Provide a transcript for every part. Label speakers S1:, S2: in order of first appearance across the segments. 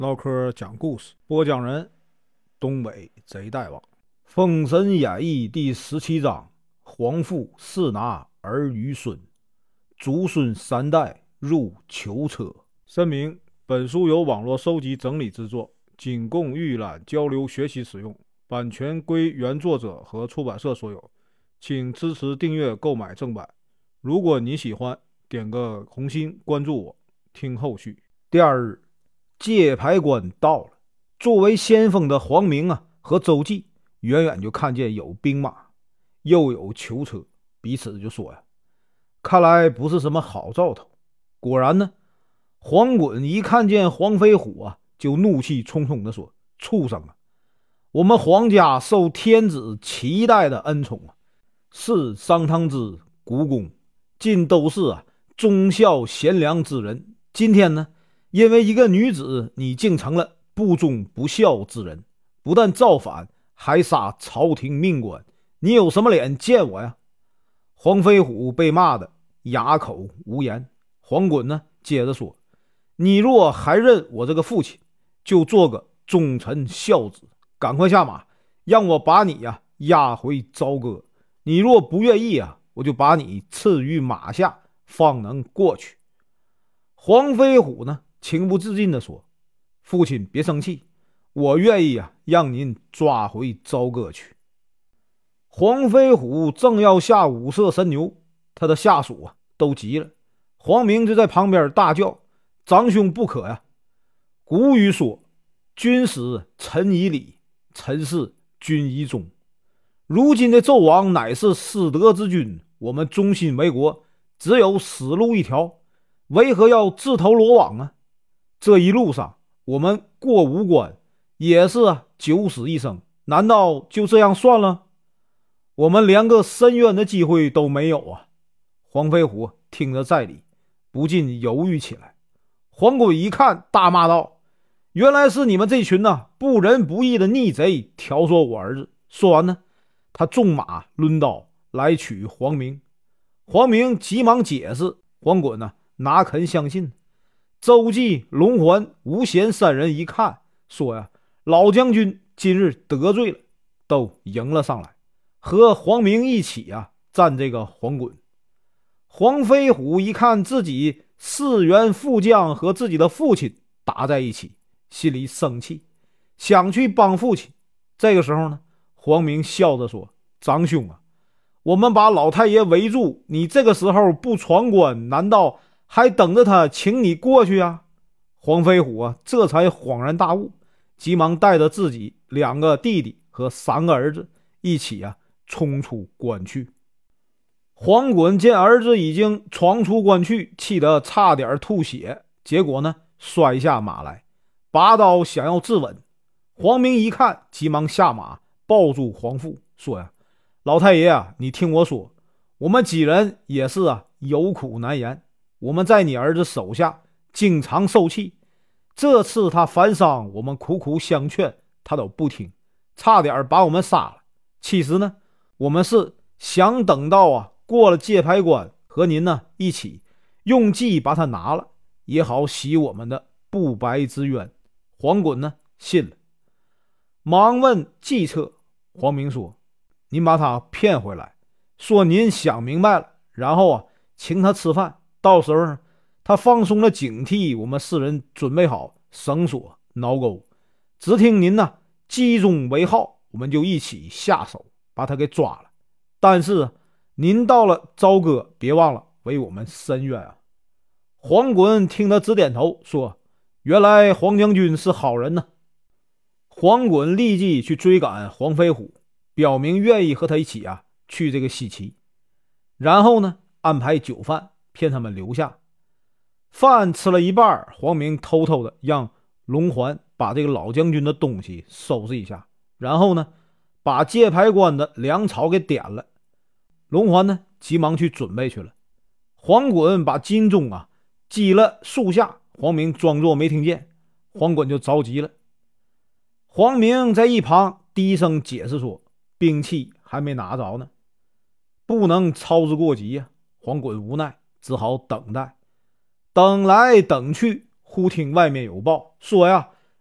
S1: 唠嗑讲故事，播讲人东北贼大王。封神演义第17章：皇父四拿儿虞孙，祖孙三代入囚车。声明：本书由网络收集整理制作，仅供预览、交流、学习使用，版权归原作者和出版社所有，请支持订阅、购买正版。如果你喜欢，点个红心，关注我，听后续。第二日，界牌关到了，作为先锋的黄明和周记远远就看见有兵马，又有囚车，彼此就说看来不是什么好兆头。果然呢，黄衮一看见黄飞虎就怒气冲冲地说：畜生我们黄家受天子7代的恩宠是商汤之古公，尽都是忠孝贤良之人，今天呢，因为一个女子，你竟成了不忠不孝之人，不但造反，还杀朝廷命官，你有什么脸见我呀？黄飞虎被骂得哑口无言。黄衮呢，接着说：你若还认我这个父亲，就做个忠臣孝子，赶快下马，让我把你押回朝歌。你若不愿意我就把你赐于马下，方能过去。黄飞虎呢，情不自禁地说：父亲别生气，我愿意让您抓回朝歌去。黄飞虎正要下五色神牛，他的下属都急了。黄明就在旁边大叫：长兄不可呀！古语说：君使臣以礼，臣事君以忠。如今的纣王乃是失德之君，我们忠心为国，只有死路一条，为何要自投罗网这一路上我们过五关也是九死一生，难道就这样算了？我们连个申冤的机会都没有黄飞虎听着在理，不禁犹豫起来。黄衮一看，大骂道：原来是你们这群不仁不义的逆贼挑唆我儿子。说完呢，他纵马抡刀来取黄明。黄明急忙解释，黄衮哪肯相信。周记、龙环、吴贤三人一看，说老将军今日得罪了，都迎了上来，和黄明一起战这个黄衮。黄飞虎一看自己4员副将和自己的父亲打在一起，心里生气，想去帮父亲。这个时候呢，黄明笑着说：长兄我们把老太爷围住，你这个时候不闯关，难道还等着他请你过去黄飞虎这才恍然大悟，急忙带着自己2个弟弟和3个儿子一起冲出关去。黄衮见儿子已经闯出关去，气得差点吐血，结果呢，摔下马来，拔刀想要自刎。黄明一看，急忙下马抱住黄父，说老太爷你听我说，我们几人也是有苦难言，我们在你儿子手下经常受气，这次他犯伤，我们苦苦相劝，他都不听，差点把我们杀了。其实呢，我们是想等到过了界牌关，和您一起用计把他拿了，也好洗我们的不白之冤。黄衮呢信了，忙问计策。黄明说：您把他骗回来，说您想明白了，然后请他吃饭，到时候他放松了警惕，我们4人准备好绳索挠钩，只听您集中为号，我们就一起下手把他给抓了。但是您到了朝歌，别忘了为我们伸冤黄衮听得直点头，说：原来黄将军是好人呢。黄衮立即去追赶黄飞虎，表明愿意和他一起去这个西岐。然后呢，安排酒饭骗他们留下。饭吃了一半，黄明偷偷的让龙环把这个老将军的东西收拾一下，然后呢，把界牌关的粮草给点了。龙环呢，急忙去准备去了。黄衮把金钟击了树下，黄明装作没听见，黄衮就着急了。黄明在一旁低声解释说：兵器还没拿着呢，不能操之过急黄衮无奈，只好等待。等来等去，忽听外面有报，说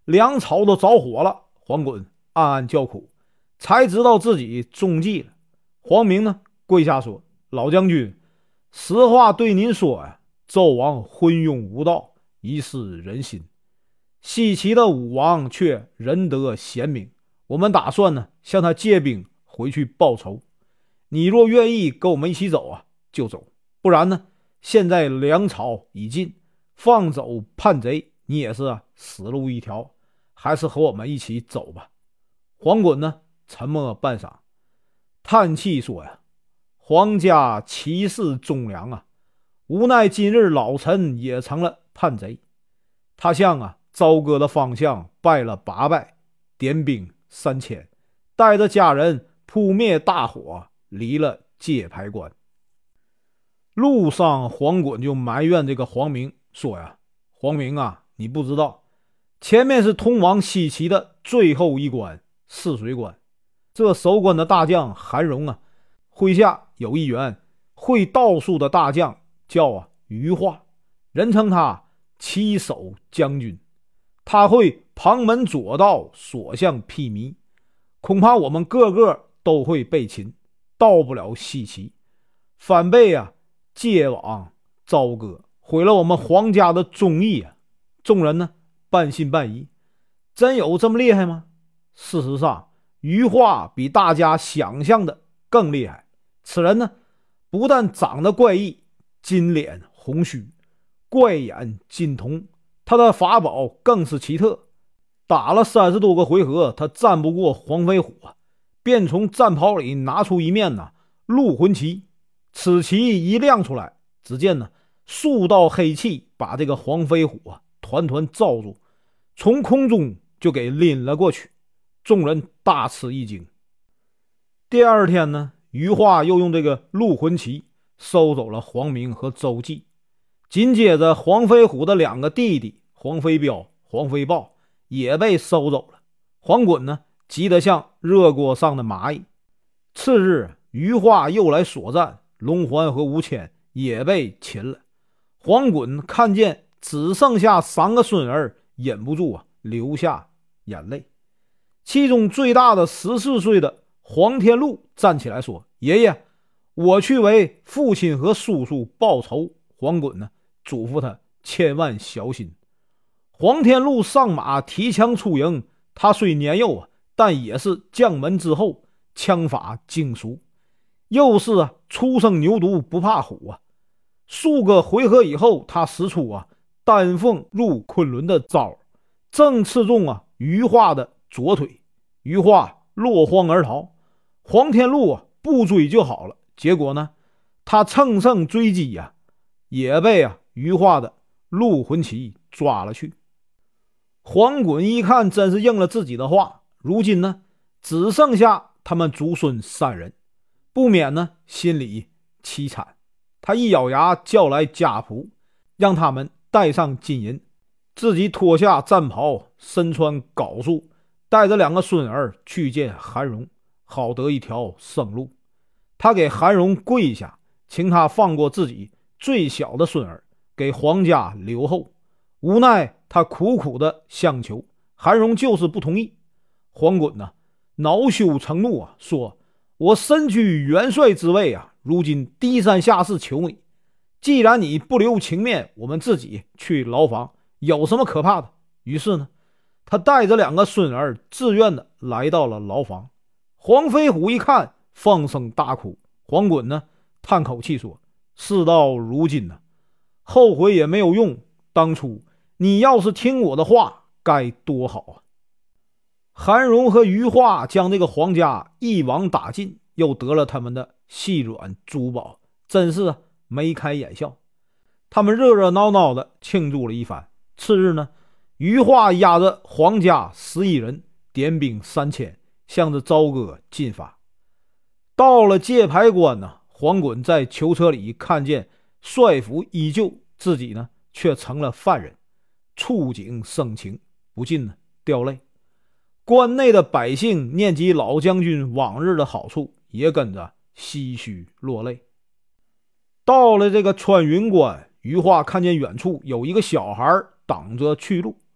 S1: 粮草都着火了。黄衮暗暗叫苦，才知道自己中计了。黄明呢，跪下说：“老将军，实话对您说呀，纣王昏庸无道，一失人心。西岐的武王却仁德贤明，我们打算呢向他借兵回去报仇。你若愿意跟我们一起走啊，就走；不然呢，现在粮草已尽，放走叛贼，你也是死路一条，还是和我们一起走吧。”黄衮呢，沉默半晌，叹气说呀：“皇家岂是忠良啊！无奈今日老臣也成了叛贼。”他向朝歌的方向拜了8拜，点兵3000，带着家人扑灭大火，离了界牌关。路上黄衮就埋怨这个黄明说呀：“黄明啊，你不知道，前面是通往西岐的最后一关泗水关，这守关的大将韩荣麾下有一员会道术的大将，叫于化，人称他七守将军。他会旁门左道，所向披靡，恐怕我们个个都会被擒，到不了西岐，反被借往朝歌，毁了我们皇家的忠义啊！”众人呢，半信半疑，真有这么厉害吗？事实上，于化比大家想象的更厉害。此人呢，不但长得怪异，金脸红须，怪眼金瞳，他的法宝更是奇特。打了30多个回合，他战不过黄飞虎便从战袍里拿出一面鹿魂旗。此旗一亮出来，只见数道黑气把这个黄飞虎团团罩住，从空中就给拎了过去。众人大吃一惊。第二天呢，于化又用这个鹿魂旗收走了黄明和周忌。紧接着黄飞虎的2个弟弟黄飞彪、黄飞豹也被收走了。黄衮呢，急得像热锅上的蚂蚁。次日，于化又来索战，龙环和吴谦也被擒了。黄衮看见只剩下3个孙儿，忍不住流下眼泪。其中最大的14岁的黄天禄站起来说：“爷爷，我去为父亲和叔叔报仇。”黄衮呢，嘱咐他千万小心。黄天禄上马提枪出营，他虽年幼但也是将门之后，枪法精熟，又是初生牛犊不怕虎数个回合以后，他使出丹凤入昆仑的招，正刺中于化的左腿，于化落荒而逃。黄天禄不追就好了，结果呢，他乘胜追击也被于化的鹿魂旗抓了去。黄衮一看，真是应了自己的话，如今呢，只剩下他们祖孙3人，不免呢心里凄惨。他一咬牙叫来家仆，让他们带上金银，自己脱下战袍，身穿缟束，带着2个孙儿去见韩荣，好得一条生路。他给韩荣跪下，请他放过自己最小的孙儿，给皇家留后。无奈他苦苦的相求，韩荣就是不同意。黄衮呢，恼羞成怒说：“我身居元帅之位如今低三下四求你，既然你不留情面，我们自己去牢房，有什么可怕的？”于是呢，他带着2个孙儿自愿的来到了牢房。黄飞虎一看，放声大哭。黄衮呢，叹口气说：“事到如今后悔也没有用，当初你要是听我的话，该多好韩荣和于化将这个皇家一网打尽，又得了他们的细软珠宝，真是眉开眼笑。他们热热闹闹的庆祝了一番。次日呢，于化押着皇家11人，点兵3000，向着朝歌进发。到了界牌关黄衮在囚车里看见帅府依旧，自己呢却成了犯人，触景生情，不禁掉泪。关内的百姓念及老将军往日的好处，也跟着唏嘘落泪。到了这个穿云关，于化看见远处有一个小孩挡着去路，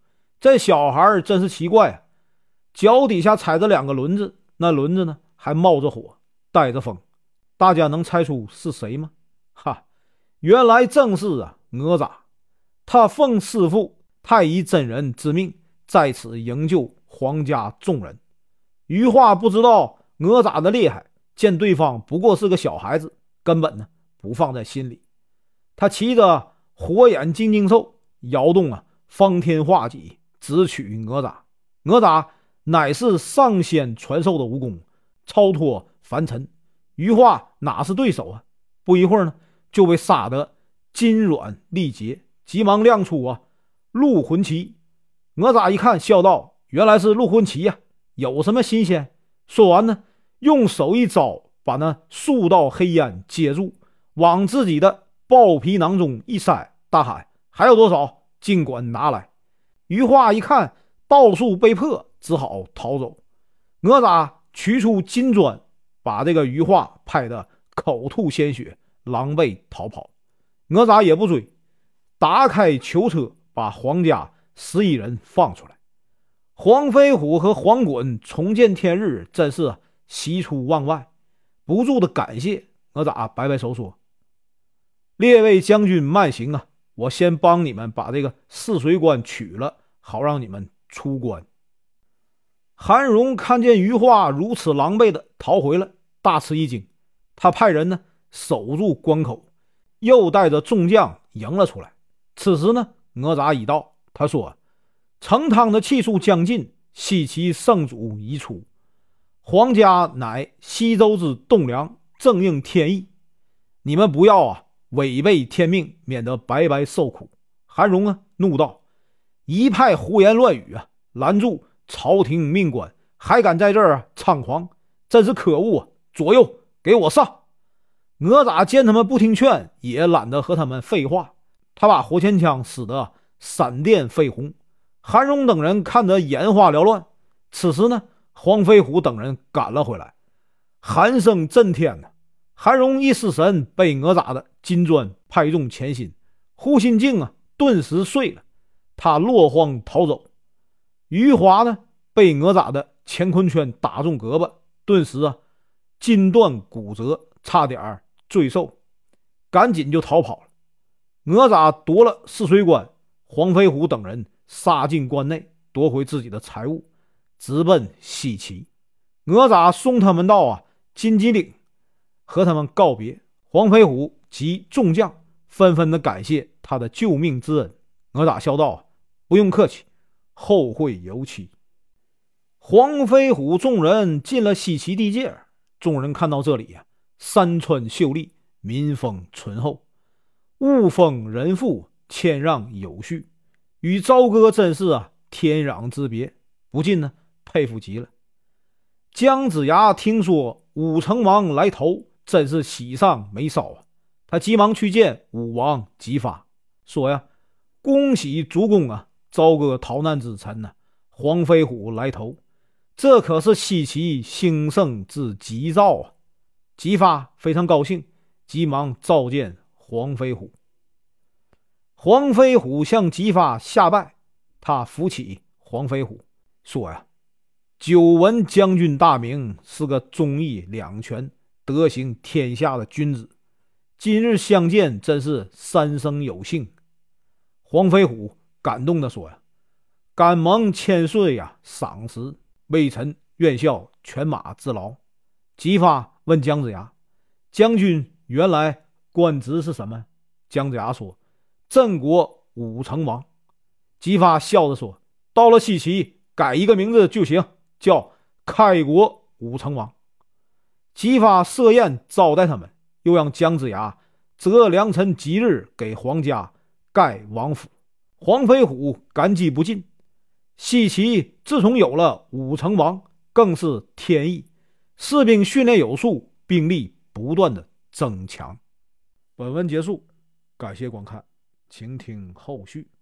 S1: 这小孩真是奇怪啊，脚底下踩着2个轮子，那轮子呢还冒着火，带着风。大家能猜出是谁吗？哈，原来正是哪吒。他奉师父太乙真人之命，在此营救皇家众人。余化不知道哪吒的厉害，见对方不过是个小孩子，根本呢不放在心里。他骑着火眼金睛兽，摇动方天画戟，直取哪吒。哪吒乃是上仙传授的武功，超脱凡尘，余化哪是对手啊？不一会儿呢，就被杀得筋软力竭，急忙亮出入魂旗。哪吒一看，笑道：“原来是入魂旗呀，有什么新鲜？”说完呢，用手一招，把那数道黑烟接住，往自己的豹皮囊中一塞，大喊：“还有多少？尽管拿来！”余化一看道术被破，只好逃走。哪吒取出金砖，把这个余化拍得口吐鲜血，狼狈逃跑。哪吒也不追，打开囚车，把黄家11人放出来。黄飞虎和黄滚重见天日，真是喜出望外，不住的感谢。哪吒摆摆手说：“列位将军慢行啊，我先帮你们把这个泗水关取了，好让你们出关。”韩荣看见余化如此狼狈的逃回了，大吃一惊。他派人呢守住关口，又带着众将迎了出来。此时呢，哪吒已到，他说：“成汤的气数将近，西岐圣主已出，皇家乃西周之栋梁，正应天意。你们不要违背天命，免得白白受苦。”韩荣怒道：“一派胡言乱语拦住朝廷命官，还敢在这儿猖狂，真是可恶左右给我上！”哪吒见他们不听劝，也懒得和他们废话，他把火钳枪使得闪电飞红。韩荣等人看得眼花缭乱。此时呢，黄飞虎等人赶了回来，喊声震天韩荣一失神，被哪吒的金砖拍中前心，护心镜顿时碎了，他落荒逃走。余华呢，被哪吒的乾坤圈打中胳膊，顿时筋断骨折，差点坠寿，赶紧就逃跑了。哪吒夺了泗水关，黄飞虎等人杀进关内，夺回自己的财物，直奔西岐。哪吒送他们到金鸡岭，和他们告别。黄飞虎及众将纷纷的感谢他的救命之恩。哪吒笑道：“不用客气，后会有期。”黄飞虎众人进了西岐地界，众人看到这里山川秀丽，民风淳厚，物丰人富，谦让有序，与朝歌真是天壤之别，不禁呢佩服极了。姜子牙听说武成王来投，真是喜上眉梢他急忙去见武王姬发，说恭喜主公朝歌逃难之臣黄飞虎来投，这可是西岐兴盛之吉兆姬发非常高兴，急忙召见黄飞虎。黄飞虎向姬发下拜，他扶起黄飞虎说久闻将军大名，是个忠义两全，德行天下的君子，今日相见，真是三生有幸。黄飞虎感动地说敢蒙千岁赏识，微臣愿效犬马之劳。姬发问姜子牙：“将军原来官职是什么？”姜子牙说：“镇国武成王。”姬发笑着说：“到了西岐，改一个名字就行，叫开国武成王。”姬发设宴招待他们，又让姜子牙择良辰吉日给皇家盖王府。黄飞虎感激不尽。西岐自从有了武成王，更是天意，士兵训练有素，兵力不断的增强。本文结束，感谢观看，请听后续。